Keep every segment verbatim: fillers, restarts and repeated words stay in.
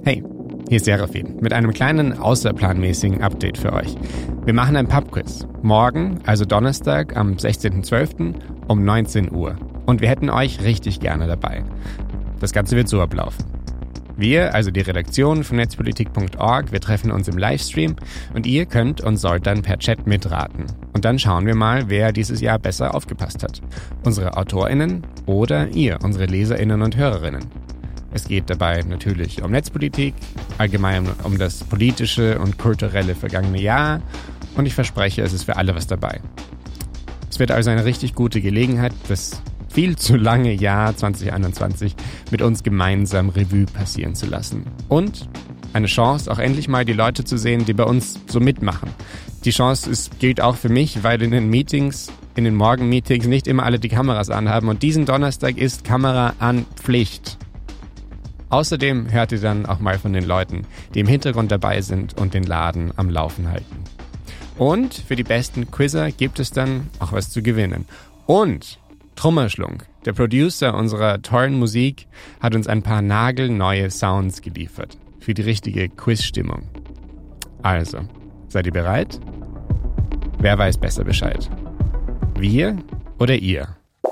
Hey, hier ist Serafin mit einem kleinen außerplanmäßigen Update für euch. Wir machen ein Pubquiz. Morgen, also Donnerstag am sechzehnten zwölften um neunzehn Uhr. Und wir hätten euch richtig gerne dabei. Das Ganze wird so ablaufen. Wir, also die Redaktion von netzpolitik punkt org, wir treffen uns im Livestream und ihr könnt und sollt dann per Chat mitraten. Und dann schauen wir mal, wer dieses Jahr besser aufgepasst hat. Unsere AutorInnen oder ihr, unsere LeserInnen und HörerInnen. Es geht dabei natürlich um Netzpolitik, allgemein um das politische und kulturelle vergangene Jahr und ich verspreche, es ist für alle was dabei. Es wird also eine richtig gute Gelegenheit, das viel zu lange Jahr zwanzig einundzwanzig mit uns gemeinsam Revue passieren zu lassen. Und eine Chance, auch endlich mal die Leute zu sehen, die bei uns so mitmachen. Die Chance ist, gilt auch für mich, weil in den Meetings, in den Morgenmeetings nicht immer alle die Kameras anhaben und diesen Donnerstag ist Kamera an Pflicht. Außerdem hört ihr dann auch mal von den Leuten, die im Hintergrund dabei sind und den Laden am Laufen halten. Und für die besten Quizzer gibt es dann auch was zu gewinnen. Und Trommelschlunk, der Producer unserer tollen Musik, hat uns ein paar nagelneue Sounds geliefert für die richtige Quizstimmung. Also, seid ihr bereit? Wer weiß besser Bescheid? Wir oder ihr?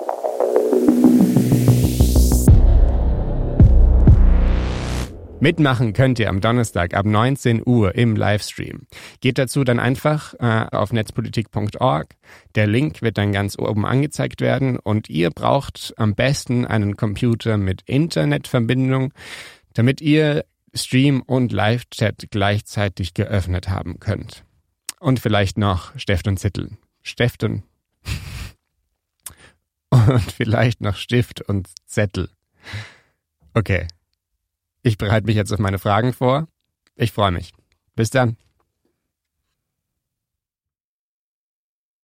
Mitmachen könnt ihr am Donnerstag ab neunzehn Uhr im Livestream. Geht dazu dann einfach äh, auf netzpolitik punkt org. Der Link wird dann ganz oben angezeigt werden und ihr braucht am besten einen Computer mit Internetverbindung, damit ihr Stream und Live-Chat gleichzeitig geöffnet haben könnt. Und vielleicht noch Stift und Zettel. Stift und... und vielleicht noch Stift und Zettel. Okay. Ich bereite mich jetzt auf meine Fragen vor. Ich freue mich. Bis dann.